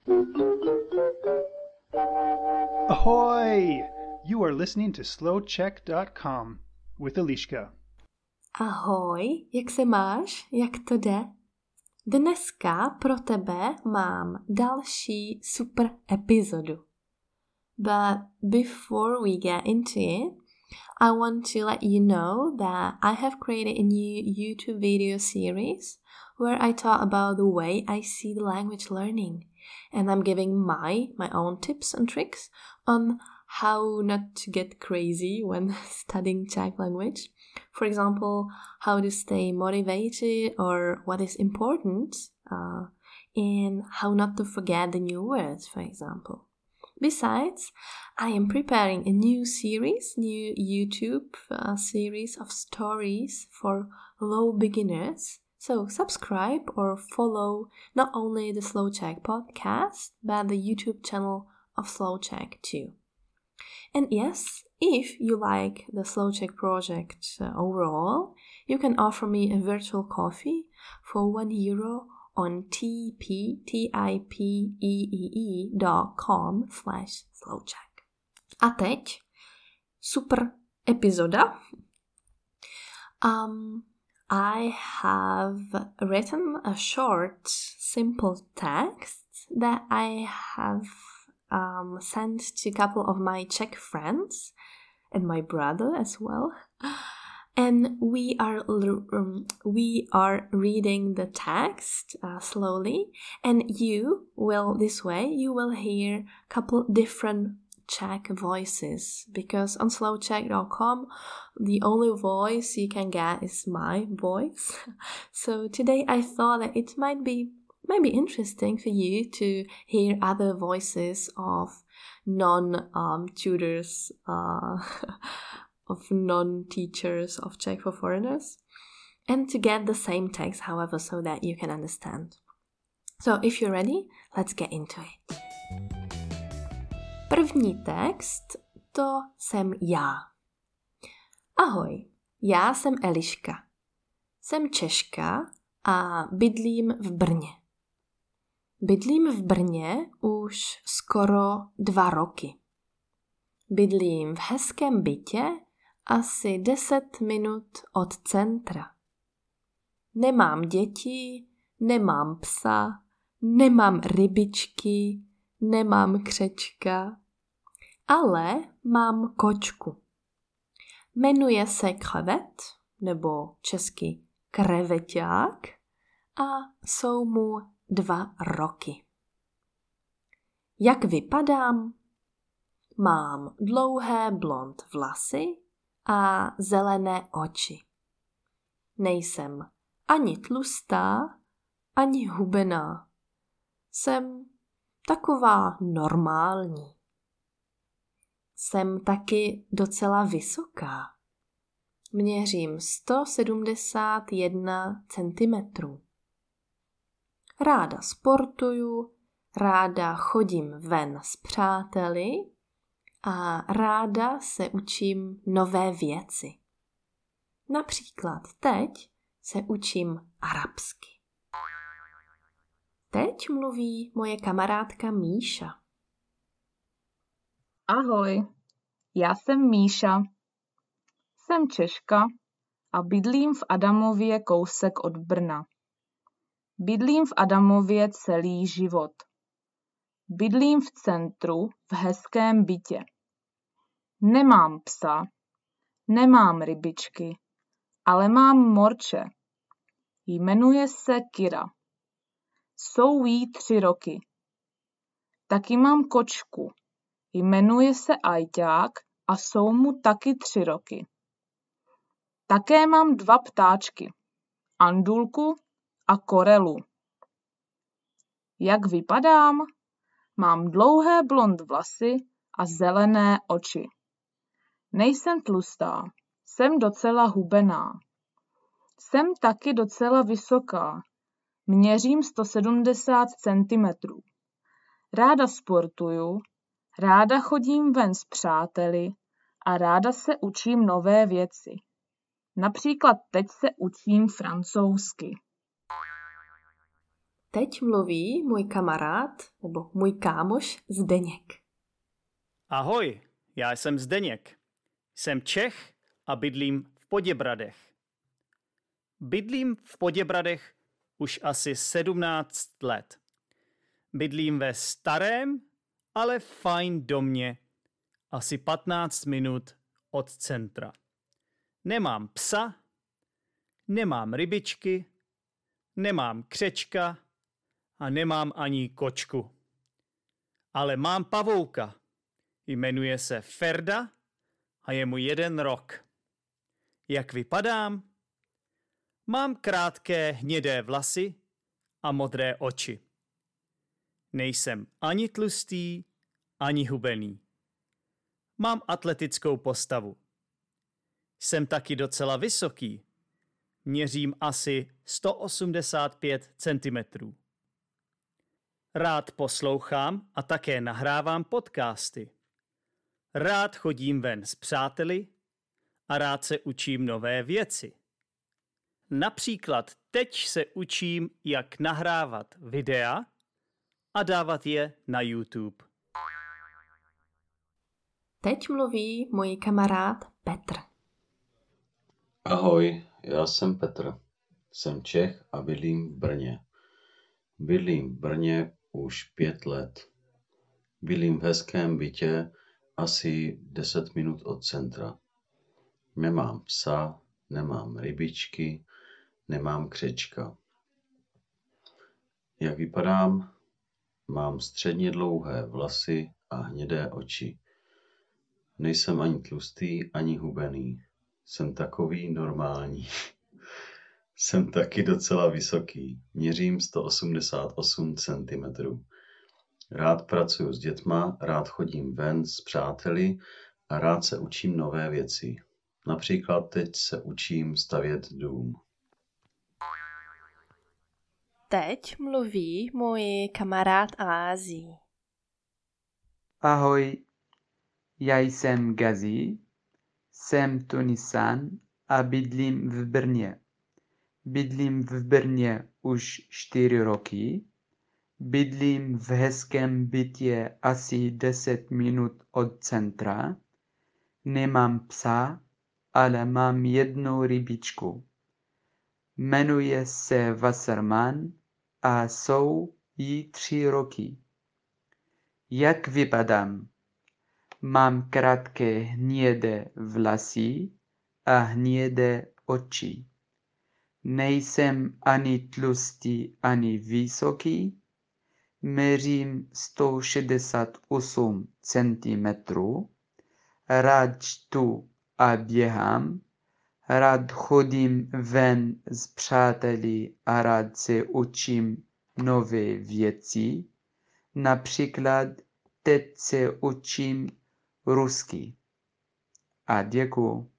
Ahoy! You are listening to slowcheck.com with Eliška. Ahoj, jak se máš? Jak to jde? Dneska pro tebe mám další super epizodu. But before we get into it, I want to let you know that I have created a new YouTube video series where I talk about the way I see the language learning. And I'm giving my own tips and tricks on how not to get crazy when studying Czech language. For example, how to stay motivated or what is important, and how not to forget the new words, for example. Besides, I am preparing a new YouTube series of stories for low beginners. So subscribe or follow not only the Slow Czech podcast, but the YouTube channel of Slow Czech too. And yes, if you like the Slow Czech project overall, you can offer me a virtual coffee for €1 on tipeee.com/slowczech. A teď super epizoda. I have written a short, simple text that I have sent to a couple of my Czech friends and my brother as well. And we are reading the text slowly, and you will hear a couple different Czech voices, because on slowcheck.com the only voice you can get is my voice. So today I thought that it might be interesting for you to hear other voices of non-tutors, of non-teachers of Czech for foreigners, and to get the same text, however, so that you can understand. So if you're ready, let's get into it. První text, to jsem já. Ahoj, já jsem Eliška. Jsem Češka a bydlím v Brně. Bydlím v Brně už skoro 2 roky. Bydlím v hezkém bytě asi 10 minut od centra. Nemám děti, nemám psa, nemám rybičky, nemám křečka, ale mám kočku. Jmenuje se Krevet, nebo česky kreveťák, a jsou mu 2 roky. Jak vypadám? Mám dlouhé blond vlasy a zelené oči. Nejsem ani tlustá, ani hubená. Jsem taková normální. Jsem taky docela vysoká. Měřím 171 cm. Ráda sportuju, ráda chodím ven s přáteli a ráda se učím nové věci. Například teď se učím arabsky. Teď mluví moje kamarádka Míša. Ahoj, já jsem Míša. Jsem Češka a bydlím v Adamově kousek od Brna. Bydlím v Adamově celý život. Bydlím v centru v hezkém bytě. Nemám psa, nemám rybičky, ale mám morče. Jmenuje se Kira. Jsou jí 3 roky. Taky mám kočku. Jmenuje se Ajťák a jsou mu taky 3 roky. Také mám 2 ptáčky. Andulku a Korelu. Jak vypadám? Mám dlouhé blond vlasy a zelené oči. Nejsem tlustá, jsem docela hubená. Jsem taky docela vysoká. Měřím 170 cm. Ráda sportuju, ráda chodím ven s přáteli a ráda se učím nové věci. Například teď se učím francouzsky. Teď mluví můj kamarád nebo můj kámoš Zdeněk. Ahoj, já jsem Zdeněk. Jsem Čech a bydlím v Poděbradech. Bydlím v Poděbradech už asi 17 let. Bydlím ve starém, ale fajn domě, asi 15 minut od centra. Nemám psa, nemám rybičky, nemám křečka a nemám ani kočku. Ale mám pavouka. Jmenuje se Ferda a je mu 1 rok. Jak vypadám? Mám krátké hnědé vlasy a modré oči. Nejsem ani tlustý, ani hubený. Mám atletickou postavu. Jsem taky docela vysoký. Měřím asi 185 cm. Rád poslouchám a také nahrávám podcasty. Rád chodím ven s přáteli a rád se učím nové věci. Například teď se učím, jak nahrávat videa a dávat je na YouTube. Teď mluví můj kamarád Petr. Ahoj, já jsem Petr. Jsem Čech a bydlím v Brně. Bydlím v Brně už 5 let. Bydlím v hezkém bytě asi 10 minut od centra. Nemám psa, nemám rybičky, nemám křečka. Jak vypadám? Mám středně dlouhé vlasy a hnědé oči. Nejsem ani tlustý, ani hubený. Jsem takový normální. Jsem taky docela vysoký. Měřím 188 cm. Rád pracuji s dětma, rád chodím ven s přáteli a rád se učím nové věci. Například teď se učím stavět dům. Teď mluví můj kamarád Ází. Ahoj, já jsem Gazi, jsem Tunisan a bydlím v Brně. Bydlím v Brně už 4 roky. Bydlím v hezkém bytě asi 10 minut od centra. Nemám psa, ale mám 1 rybičku. Jmenuje se Wasserman a jsou jí 3 roky. Jak vypadám? Mám krátké hnědé vlasy a hnědé oči. Nejsem ani tlustý, ani vysoký. Měřím 168 cm. Rád čtu a běhám. Rád chodím ven s přáteli a rád se učím nové věci. Například teď se učím rusky. A děkuju.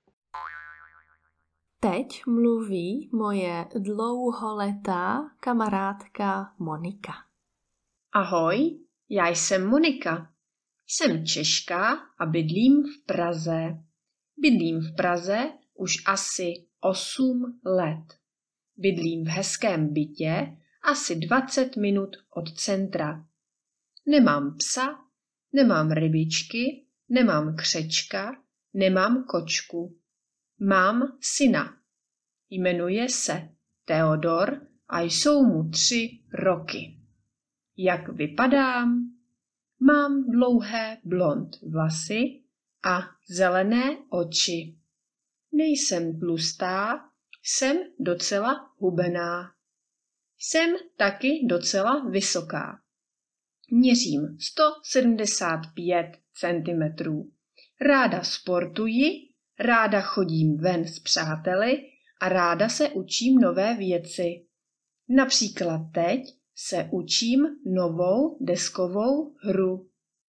Teď mluví moje dlouholetá kamarádka Monika. Ahoj, já jsem Monika. Jsem Češka a bydlím v Praze. Bydlím v Praze už asi 8 let. Bydlím v hezkém bytě asi 20 minut od centra. Nemám psa, nemám rybičky, nemám křečka, nemám kočku. Mám syna. Jmenuje se Theodor a jsou mu 3 roky. Jak vypadám? Mám dlouhé blond vlasy a zelené oči. Nejsem tlustá, jsem docela hubená. Jsem taky docela vysoká. Měřím 175 cm. Ráda sportuji, ráda chodím ven s přáteli a ráda se učím nové věci. Například teď se učím novou deskovou hru.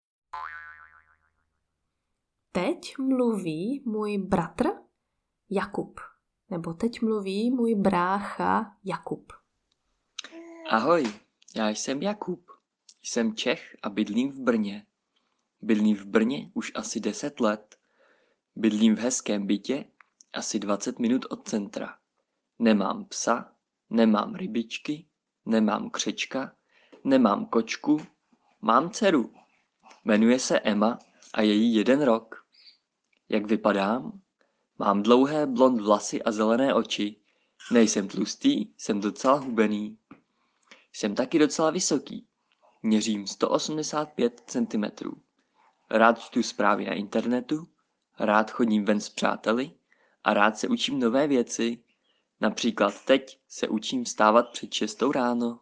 Teď mluví můj bratr Jakub. Nebo teď mluví můj brácha Jakub. Ahoj, já jsem Jakub. Jsem Čech a bydlím v Brně. Bydlím v Brně už asi 10 let. Bydlím v hezkém bytě asi 20 minut od centra. Nemám psa, nemám rybičky, nemám křečka, nemám kočku, mám dceru. Jmenuje se Emma a je jí 1 rok. Jak vypadám? Mám dlouhé blond vlasy a zelené oči. Nejsem tlustý, jsem docela hubený. Jsem taky docela vysoký. Měřím 185 cm. Rád čtu zprávy na internetu, rád chodím ven s přáteli a rád se učím nové věci. Například teď se učím vstávat před 6 ráno.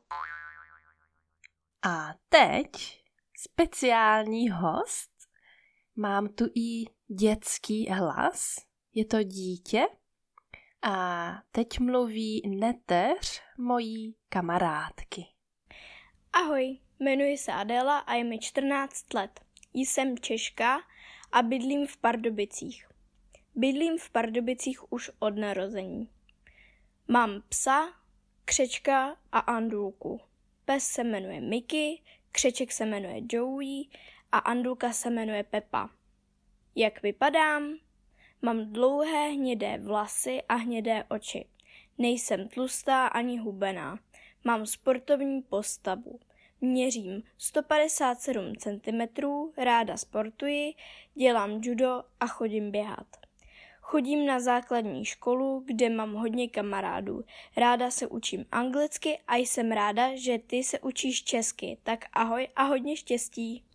A teď speciální host. Mám tu i dětský hlas. Je to dítě. A teď mluví neteř mojí kamarádky. Ahoj, jmenuji se Adéla a je mi 14 let. Jsem Češka a bydlím v Pardubicích. Bydlím v Pardubicích už od narození. Mám psa, křečka a Andulku. Pes se jmenuje Mickey, křeček se jmenuje Joey a Andulka se jmenuje Peppa. Jak vypadám? Mám dlouhé hnědé vlasy a hnědé oči. Nejsem tlustá ani hubená. Mám sportovní postavu. Měřím 157 cm, ráda sportuji, dělám judo a chodím běhat. Chodím na základní školu, kde mám hodně kamarádů. Ráda se učím anglicky a jsem ráda, že ty se učíš česky. Tak ahoj a hodně štěstí.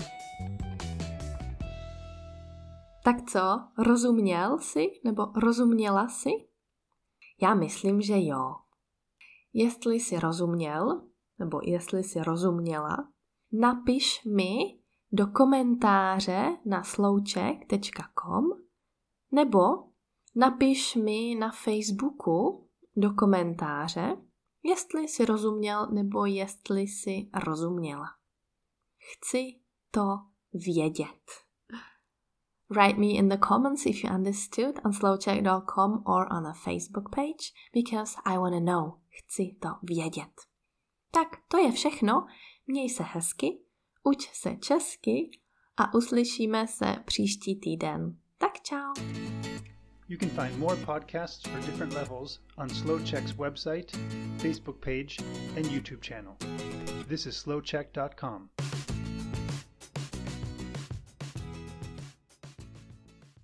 Tak co, rozuměl jsi nebo rozuměla jsi? Já myslím, že jo. Jestli jsi rozuměl nebo jestli jsi rozuměla, napiš mi do komentáře na slouček.com nebo napiš mi na Facebooku do komentáře, jestli jsi rozuměl nebo jestli jsi rozuměla. Chci to vědět. Write me in the comments if you understood on slowcheck.com or on a Facebook page because I want to know. Chci to vědět. Tak to je všechno. Měj se hezky, uč se česky a uslyšíme se příští týden. Tak čau. You can find more podcasts for different levels on SlowCheck's website, Facebook page, and YouTube channel. This is slowcheck.com.